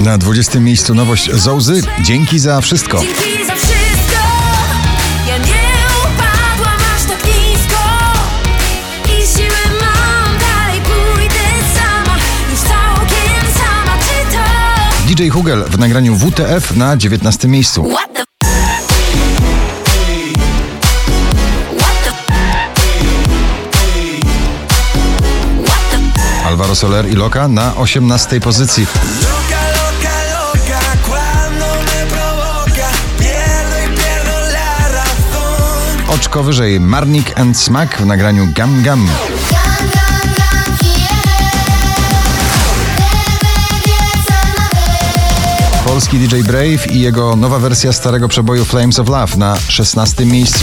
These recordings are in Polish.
Na 20. miejscu nowość Zołzy. Dzięki za wszystko. Dzięki za wszystko. Ja nie upadłam aż tak nisko. I siłę mam, dalej pójdę sama. Już całkiem sama. Czy to DJ Hugel w nagraniu WTF na 19. miejscu. What the Alvaro Soler i Loka na 18. pozycji. Oczko wyżej Marnik and Smack w nagraniu Gam Gam. Polski DJ Brave i jego nowa wersja starego przeboju Flames of Love na 16. miejscu.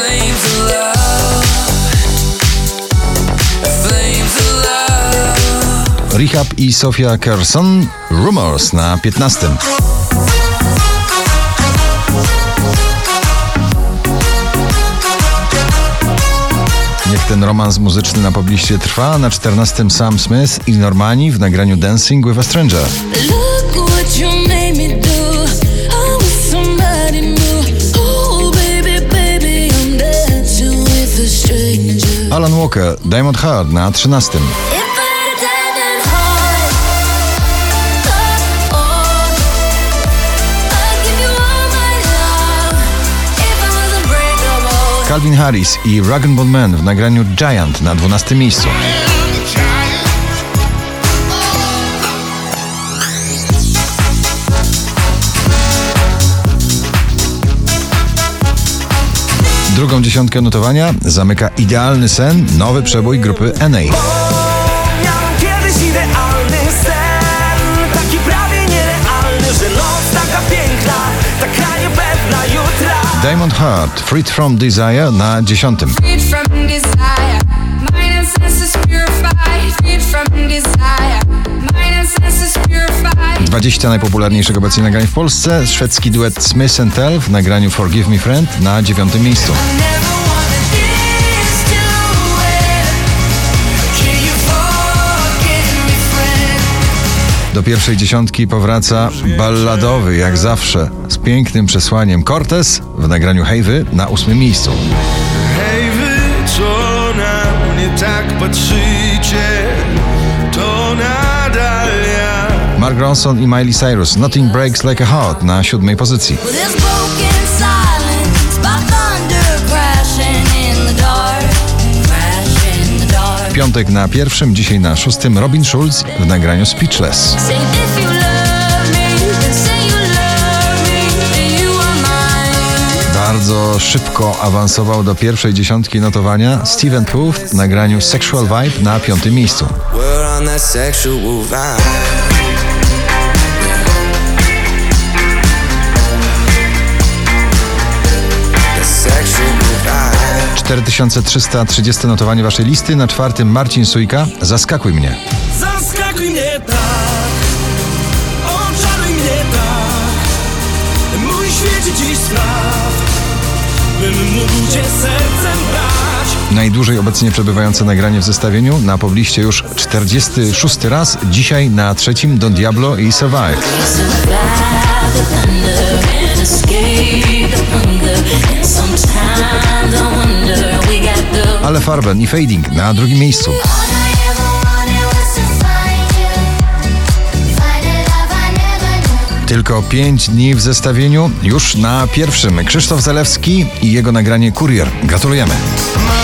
Rehab i Sofia Carson Rumors na 15. Niech ten romans muzyczny na pobliście trwa. Na 14. Sam Smith i Normani w nagraniu Dancing with a Stranger. Alan Walker Diamond Heart na 13. Calvin Harris i Rag & Bone Man w nagraniu Giant na 12. miejscu. Drugą dziesiątkę notowania zamyka Idealny sen, nowy przebój grupy NA. Miałem kiedyś idealny sen, taki prawie nierealny, że noc taka piękna, taka niepewna jutra. Diamond Heart Freed from Desire na 10. 20 najpopularniejszych obecnie nagrań w Polsce. Szwedzki duet Smith & Tell w nagraniu Forgive Me Friend na 9. miejscu. Do pierwszej dziesiątki powraca balladowy, jak zawsze, z pięknym przesłaniem Cortez w nagraniu Hej Wy na 8. miejscu. Hej wy, co na mnie tak patrzycie, to nadal ja. Mark Ronson i Miley Cyrus Nothing Breaks Like a Heart na 7. pozycji. W piątek na 1, dzisiaj na 6. Robin Schulz w nagraniu Speechless. Bardzo szybko awansował do pierwszej dziesiątki notowania Steven Puth w nagraniu Sexual Vibe na 5. miejscu. Vibe. 4330 notowanie waszej listy. Na 4. Marcin Sujka Zaskakuj mnie. Zaskakuj mnie tak, oczaruj mnie tak, mój świecie dziś spraw, bym mógł cię sercem brać. Najdłużej obecnie przebywające nagranie w zestawieniu, na pobliście już 46 raz, dzisiaj na 3. Don Diablo i Survive. Ale Farben i Fading na 2. miejscu. Tylko 5 dni w zestawieniu, już na 1. Krzysztof Zalewski i jego nagranie Kurier. Gratulujemy.